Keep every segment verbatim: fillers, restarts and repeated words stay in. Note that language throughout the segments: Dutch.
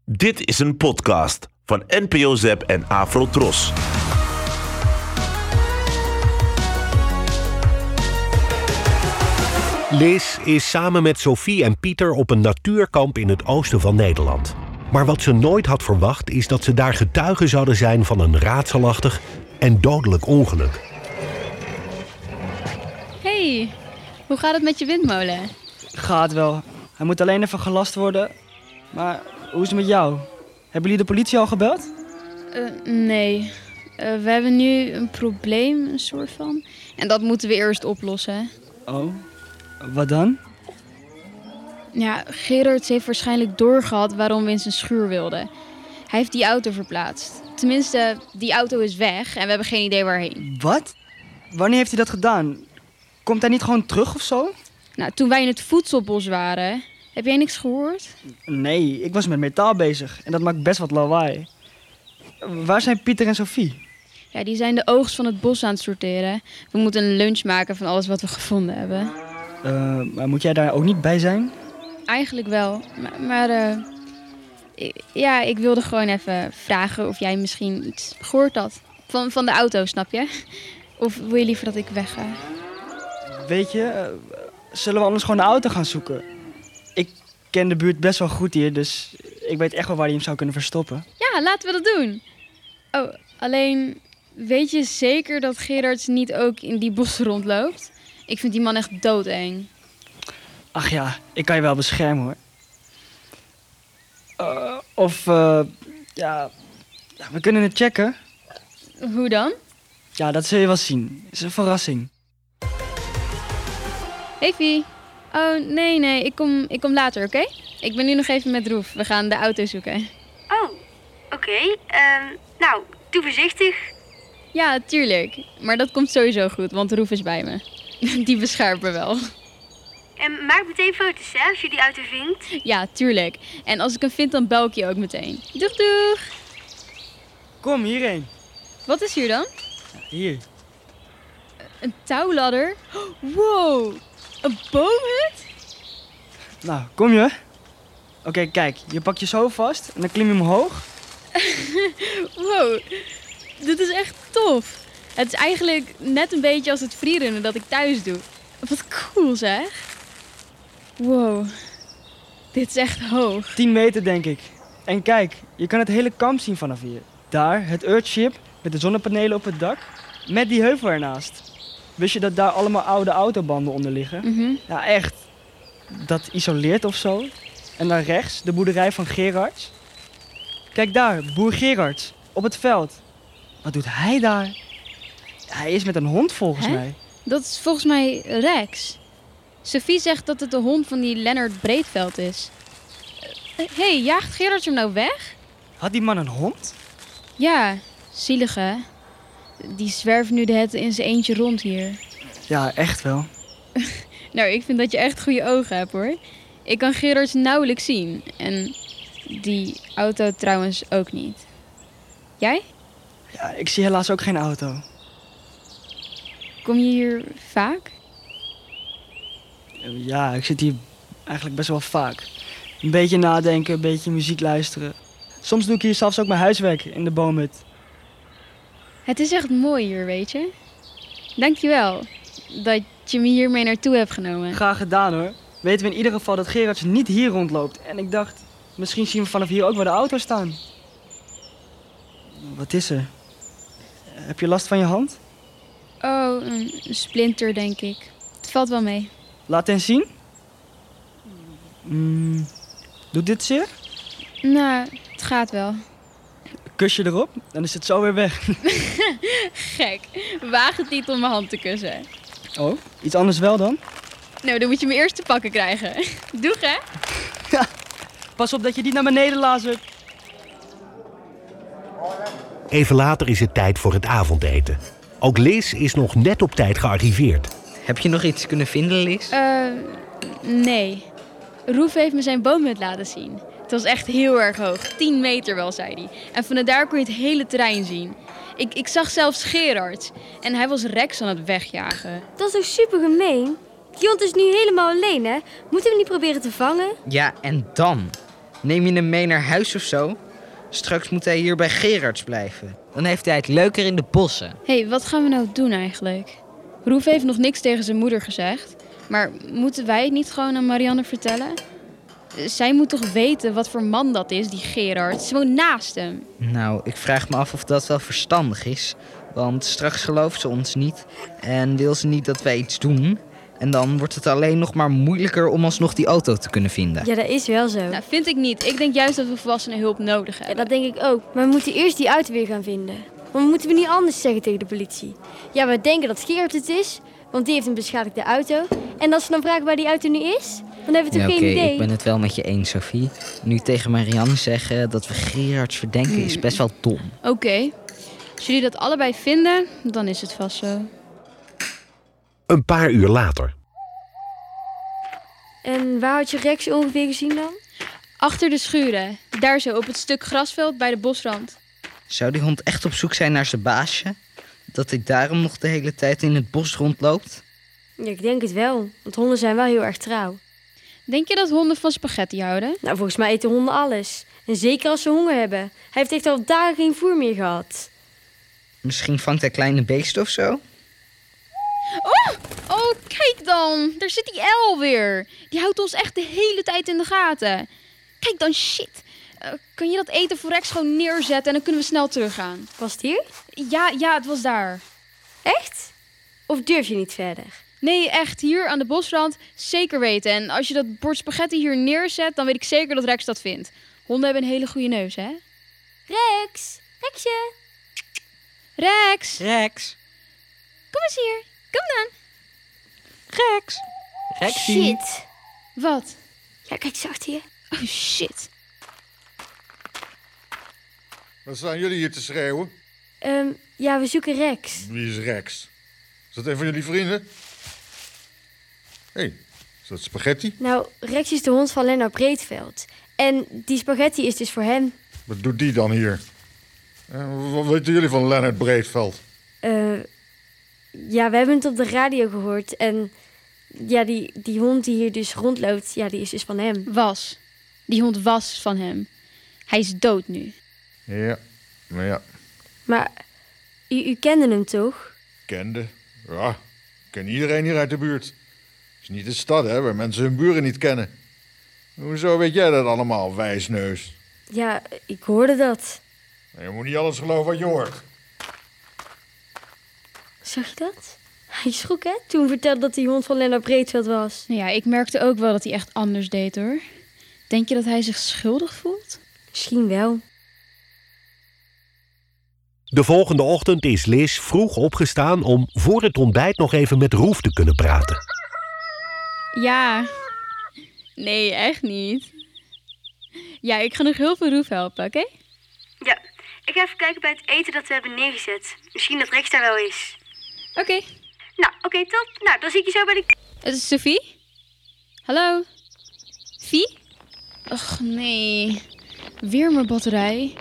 Dit is een podcast van N P O Zep en Afro-Tros. Liz is samen met Sophie en Pieter op een natuurkamp in het oosten van Nederland. Maar wat ze nooit had verwacht is dat ze daar getuige zouden zijn van een raadselachtig en dodelijk ongeluk. Hey, hoe gaat het met je windmolen? Gaat wel. Hij moet alleen even gelast worden. Maar hoe is het met jou? Hebben jullie de politie al gebeld? Uh, nee, uh, we hebben nu een probleem, een soort van. En dat moeten we eerst oplossen. Oh, wat dan? Ja, Gerard heeft waarschijnlijk doorgehad waarom we in zijn schuur wilden. Hij heeft die auto verplaatst. Tenminste, die auto is weg en we hebben geen idee waarheen. Wat? Wanneer heeft hij dat gedaan? Komt hij niet gewoon terug of zo? Nou, toen wij in het voedselbos waren, heb jij niks gehoord? Nee, ik was met metaal bezig en dat maakt best wat lawaai. Waar zijn Pieter en Sophie? Ja, die zijn de oogst van het bos aan het sorteren. We moeten een lunch maken van alles wat we gevonden hebben. Uh, maar moet jij daar ook niet bij zijn? Eigenlijk wel, maar... maar uh, ik, ja, ik wilde gewoon even vragen of jij misschien iets gehoord had. Van, van de auto, snap je? Of wil je liever dat ik wegga? Weet je, uh, zullen we anders gewoon de auto gaan zoeken? Ik ken de buurt best wel goed hier, dus ik weet echt wel waar hij hem zou kunnen verstoppen. Ja, laten we dat doen. Oh, alleen, weet je zeker dat Gerard niet ook in die bossen rondloopt? Ik vind die man echt doodeng. Ach ja, ik kan je wel beschermen hoor. Uh, of, uh, ja, ja, we kunnen het checken. Hoe dan? Ja, dat zul je wel zien. Het is een verrassing. Hey Vie. Oh, nee, nee, ik kom, ik kom later, oké? Okay? Ik ben nu nog even met Roef. We gaan de auto zoeken. Oh, oké. Okay. Um, nou, doe voorzichtig. Ja, tuurlijk. Maar dat komt sowieso goed, want Roef is bij me. Die beschermt me wel. En maak meteen foto's, hè, als je die auto vindt. Ja, tuurlijk. En als ik hem vind, dan bel ik je ook meteen. Doeg, doeg. Kom, hierheen. Wat is hier dan? Hier. Een touwladder? Wow, een boomhut? Nou, kom je? Oké, okay, kijk. Je pakt je zo vast en dan klim je omhoog. Wow, dit is echt tof. Het is eigenlijk net een beetje als het freerunnen dat ik thuis doe. Wat cool zeg. Wow, dit is echt hoog. tien meter denk ik. En kijk, je kan het hele kamp zien vanaf hier. Daar, het Earthship met de zonnepanelen op het dak. Met die heuvel ernaast. Wist je dat daar allemaal oude autobanden onder liggen? Mm-hmm. Ja, echt. Dat isoleert of zo. En dan rechts, de boerderij van Gerard. Kijk daar, boer Gerard. Op het veld. Wat doet hij daar? Hij is met een hond volgens Hè? mij. Dat is volgens mij Rex. Sophie zegt dat het de hond van die Lennart Breedveld is. Hé, hey, jaagt Gerard hem nou weg? Had die man een hond? Ja, zielig hè. Die zwerft nu de het in zijn eentje rond hier. Ja, echt wel. Nou, ik vind dat je echt goede ogen hebt hoor. Ik kan Gerard nauwelijks zien. En die auto trouwens ook niet. Jij? Ja, ik zie helaas ook geen auto. Kom je hier vaak? Ja, ik zit hier eigenlijk best wel vaak. Een beetje nadenken, een beetje muziek luisteren. Soms doe ik hier zelfs ook mijn huiswerk in de boomhut. Het is echt mooi hier, weet je. Dankjewel dat je me hiermee naartoe hebt genomen. Graag gedaan hoor. Weten we in ieder geval dat Gerard niet hier rondloopt. En ik dacht, misschien zien we vanaf hier ook waar de auto's staan. Wat is er? Heb je last van je hand? Oh, een splinter denk ik. Het valt wel mee. Laat eens zien. Mm, doet dit zeer? Nou, het gaat wel. Kus je erop, dan is het zo weer weg. Gek. Waag het niet om mijn hand te kussen. Oh, iets anders wel dan? Nou, dan moet je me eerst te pakken krijgen. Doeg, hè? Ja, pas op dat je niet naar beneden lazert. Even later is het tijd voor het avondeten. Ook Liz is nog net op tijd gearriveerd. Heb je nog iets kunnen vinden, Liz? Uh, nee. Roef heeft me zijn boomhut laten zien. Het was echt heel erg hoog. tien meter wel, zei hij. En van daar kon je het hele terrein zien. Ik, ik zag zelfs Gerard. En hij was Rex aan het wegjagen. Dat is toch super gemeen? Die hond is nu helemaal alleen, hè? Moeten we hem niet proberen te vangen? Ja, en dan? Neem je hem mee naar huis of zo? Straks moet hij hier bij Gerards blijven. Dan heeft hij het leuker in de bossen. Hé, hey, wat gaan we nou doen eigenlijk? Roef heeft nog niks tegen zijn moeder gezegd. Maar moeten wij het niet gewoon aan Marianne vertellen? Zij moet toch weten wat voor man dat is, die Gerard. Ze woont naast hem. Nou, ik vraag me af of dat wel verstandig is. Want straks gelooft ze ons niet. En wil ze niet dat wij iets doen. En dan wordt het alleen nog maar moeilijker om alsnog die auto te kunnen vinden. Ja, dat is wel zo. Nou, vind ik niet. Ik denk juist dat we volwassenen hulp nodig Ja, hebben. dat denk ik ook. Maar we moeten eerst die auto weer gaan vinden. Want moeten we niet anders zeggen tegen de politie? Ja, we denken dat Gerard het is, want die heeft een beschadigde auto. En als ze dan vragen waar die auto nu is, dan hebben we Ja, toch oké, geen idee. ik ben het wel met je eens, Sophie. Nu tegen Marianne zeggen dat we Gerards verdenken is best wel dom. Oké. Okay. Als jullie dat allebei vinden, dan is het vast zo. Een paar uur later. En waar had je Rex ongeveer gezien dan? Achter de schuren. Daar zo, op het stuk grasveld bij de bosrand. Zou die hond echt op zoek zijn naar zijn baasje? Dat hij daarom nog de hele tijd in het bos rondloopt? Ja, ik denk het wel. Want honden zijn wel heel erg trouw. Denk je dat honden van spaghetti houden? Nou, volgens mij eten honden alles. En zeker als ze honger hebben. Hij heeft echt al dagen geen voer meer gehad. Misschien vangt hij kleine beesten of zo? Oh, oh, kijk dan. Daar zit die uil weer. Die houdt ons echt de hele tijd in de gaten. Kijk dan, shit. Uh, kun je dat eten voor Rex gewoon neerzetten en dan kunnen we snel teruggaan? Was het hier? Ja, ja, het was daar. Echt? Of durf je niet verder? Nee, echt, hier aan de bosrand zeker weten. En als je dat bord spaghetti hier neerzet, dan weet ik zeker dat Rex dat vindt. Honden hebben een hele goede neus, hè? Rex! Rexje! Rex! Rex! Kom eens hier. Kom dan. Rex! Rexie! Shit! Wat? Ja, kijk eens achter je. Oh, shit. Wat staan jullie hier te schreeuwen? Um, ja, we zoeken Rex. Wie is Rex? Is dat een van jullie vrienden? Hé, hey, is dat spaghetti? Nou, Rex is de hond van Lennart Breedveld. En die spaghetti is dus voor hem. Wat doet die dan hier? Uh, wat weten jullie van Lennart Breedveld? Uh, ja, we hebben het op de radio gehoord. En ja, die, die hond die hier dus rondloopt, ja, die is dus van hem. Was. Die hond was van hem. Hij is dood nu. Ja, nou ja. Maar u, u kende hem toch? Kende? Ja, ik ken iedereen hier uit de buurt. Het is niet de stad, hè, waar mensen hun buren niet kennen. Hoezo weet jij dat allemaal, wijsneus? Ja, ik hoorde dat. Je moet niet alles geloven wat je hoort. Zag je dat? Hij schrok, hè, toen vertelde dat die hond van Lennart Breedveld was. Ja, ik merkte ook wel dat hij echt anders deed, hoor. Denk je dat hij zich schuldig voelt? Misschien wel. De volgende ochtend is Liz vroeg opgestaan om voor het ontbijt nog even met Roef te kunnen praten. Ja. Nee, echt niet. Ja, ik ga nog heel veel Roef helpen, oké? Okay? Ja, ik ga even kijken bij het eten dat we hebben neergezet. Misschien dat Rex daar wel is. Oké. Okay. Nou, oké, okay, top. Nou, dan zie ik je zo bij de... Het is Sophie? Hallo? Vie? Och, nee. Weer mijn batterij.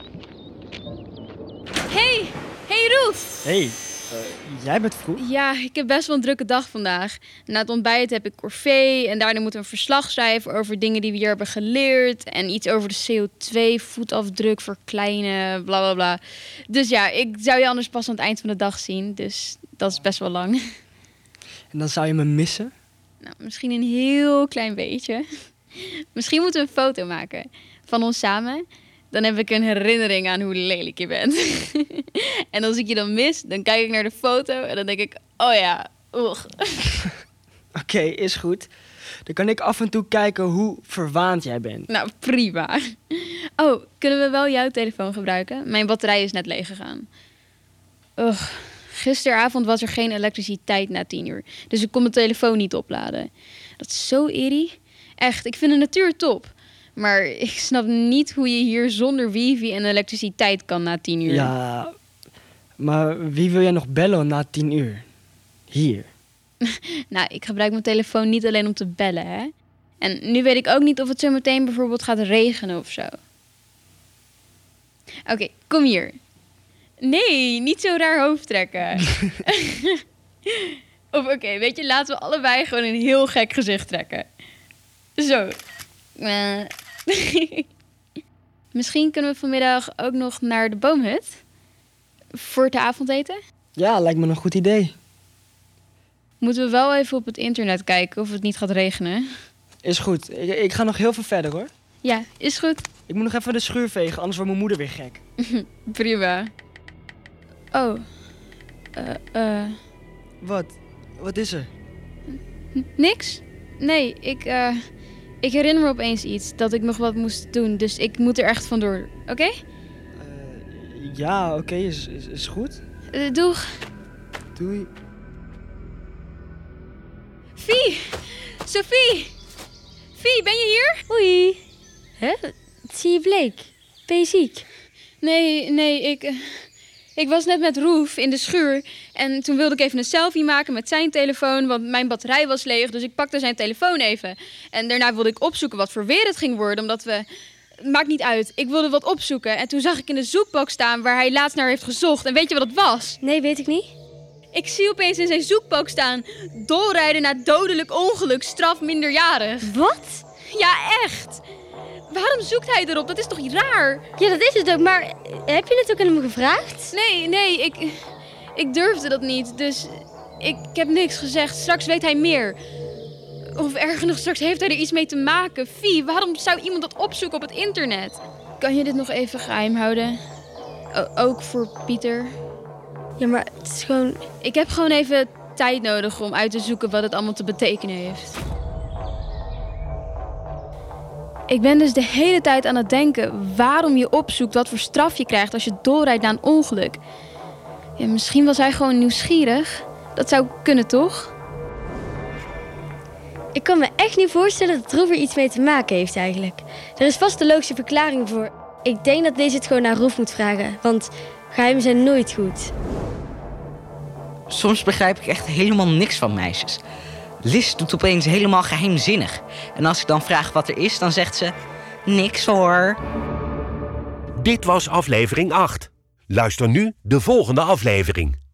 Hey! Hey, Roef! Hey, uh, jij bent vroeg? Ja, ik heb best wel een drukke dag vandaag. Na het ontbijt heb ik corvée en daarna moeten we een verslag schrijven over dingen die we hier hebben geleerd. En iets over de C O twee voetafdruk verkleinen, bla bla bla. Dus ja, ik zou je anders pas aan het eind van de dag zien. Dus dat is best wel lang. En dan zou je me missen? Nou, misschien een heel klein beetje. Misschien moeten we een foto maken van ons samen. Dan heb ik een herinnering aan hoe lelijk je bent. En als ik je dan mis, dan kijk ik naar de foto en dan denk ik, oh ja, oeg. Oké, okay, is goed. Dan kan ik af en toe kijken hoe verwaand jij bent. Nou, prima. Oh, kunnen we wel jouw telefoon gebruiken? Mijn batterij is net leeg gegaan. Ugh, gisteravond was er geen elektriciteit na tien uur. Dus ik kon mijn telefoon niet opladen. Dat is zo irrie. Echt, ik vind de natuur top. Maar ik snap niet hoe je hier zonder wifi en elektriciteit kan na tien uur. Ja, maar wie wil jij nog bellen na tien uur? Hier. Nou, ik gebruik mijn telefoon niet alleen om te bellen, hè. En nu weet ik ook niet of het zo meteen bijvoorbeeld gaat regenen of zo. Oké, okay, kom hier. Nee, niet zo raar hoofd trekken. Of oké, okay, weet je, laten we allebei gewoon een heel gek gezicht trekken. Zo. Uh, Misschien kunnen we vanmiddag ook nog naar de boomhut. Voor het avondeten. Ja, lijkt me een goed idee. Moeten we wel even op het internet kijken of het niet gaat regenen. Is goed. Ik, ik ga nog heel veel verder, hoor. Ja, is goed. Ik moet nog even de schuur vegen, anders wordt mijn moeder weer gek. Prima. Oh. Eh, uh, uh. Wat? Wat is er? N- niks. Nee, ik, uh, ik herinner me opeens iets. Dat ik nog wat moest doen. Dus ik moet er echt vandoor. Oké? Okay? Uh, ja, oké. Okay, is, is, is goed. Uh, doeg. Doei. Fie! Sophie! Fie, ben je hier? Oei. Hè? Zie je bleek? Ben je ziek? Nee, nee, ik... Uh, ik was net met Roef in de schuur. En toen wilde ik even een selfie maken met zijn telefoon, want mijn batterij was leeg. Dus ik pakte zijn telefoon even. En daarna wilde ik opzoeken wat voor weer het ging worden, omdat we... Maakt niet uit. Ik wilde wat opzoeken. En toen zag ik in de zoekbox staan waar hij laatst naar heeft gezocht. En weet je wat het was? Nee, weet ik niet. Ik zie opeens in zijn zoekbox staan: doorrijden na dodelijk ongeluk, straf minderjarig. Wat? Ja, echt. Waarom zoekt hij erop? Dat is toch raar? Ja, dat is het ook. Maar heb je het ook aan hem gevraagd? Nee, nee, ik, ik durfde dat niet. Dus ik, ik heb niks gezegd. Straks weet hij meer. Of erger nog, straks heeft hij er iets mee te maken. Fie, waarom zou iemand dat opzoeken op het internet? Kan je dit nog even geheim houden? O- ook voor Pieter. Ja, maar het is gewoon... Ik heb gewoon even tijd nodig om uit te zoeken wat het allemaal te betekenen heeft. Ik ben dus de hele tijd aan het denken waarom je opzoekt wat voor straf je krijgt als je doorrijdt na een ongeluk. Ja, misschien was hij gewoon nieuwsgierig. Dat zou kunnen, toch? Ik kan me echt niet voorstellen dat Roef er iets mee te maken heeft eigenlijk. Er is vast een logische verklaring voor. Ik denk dat deze het gewoon naar Roef moet vragen, want geheimen zijn nooit goed. Soms begrijp ik echt helemaal niks van meisjes. Liz doet opeens helemaal geheimzinnig. En als ik dan vraag wat er is, dan zegt ze... Niks hoor. Dit was aflevering acht. Luister nu de volgende aflevering.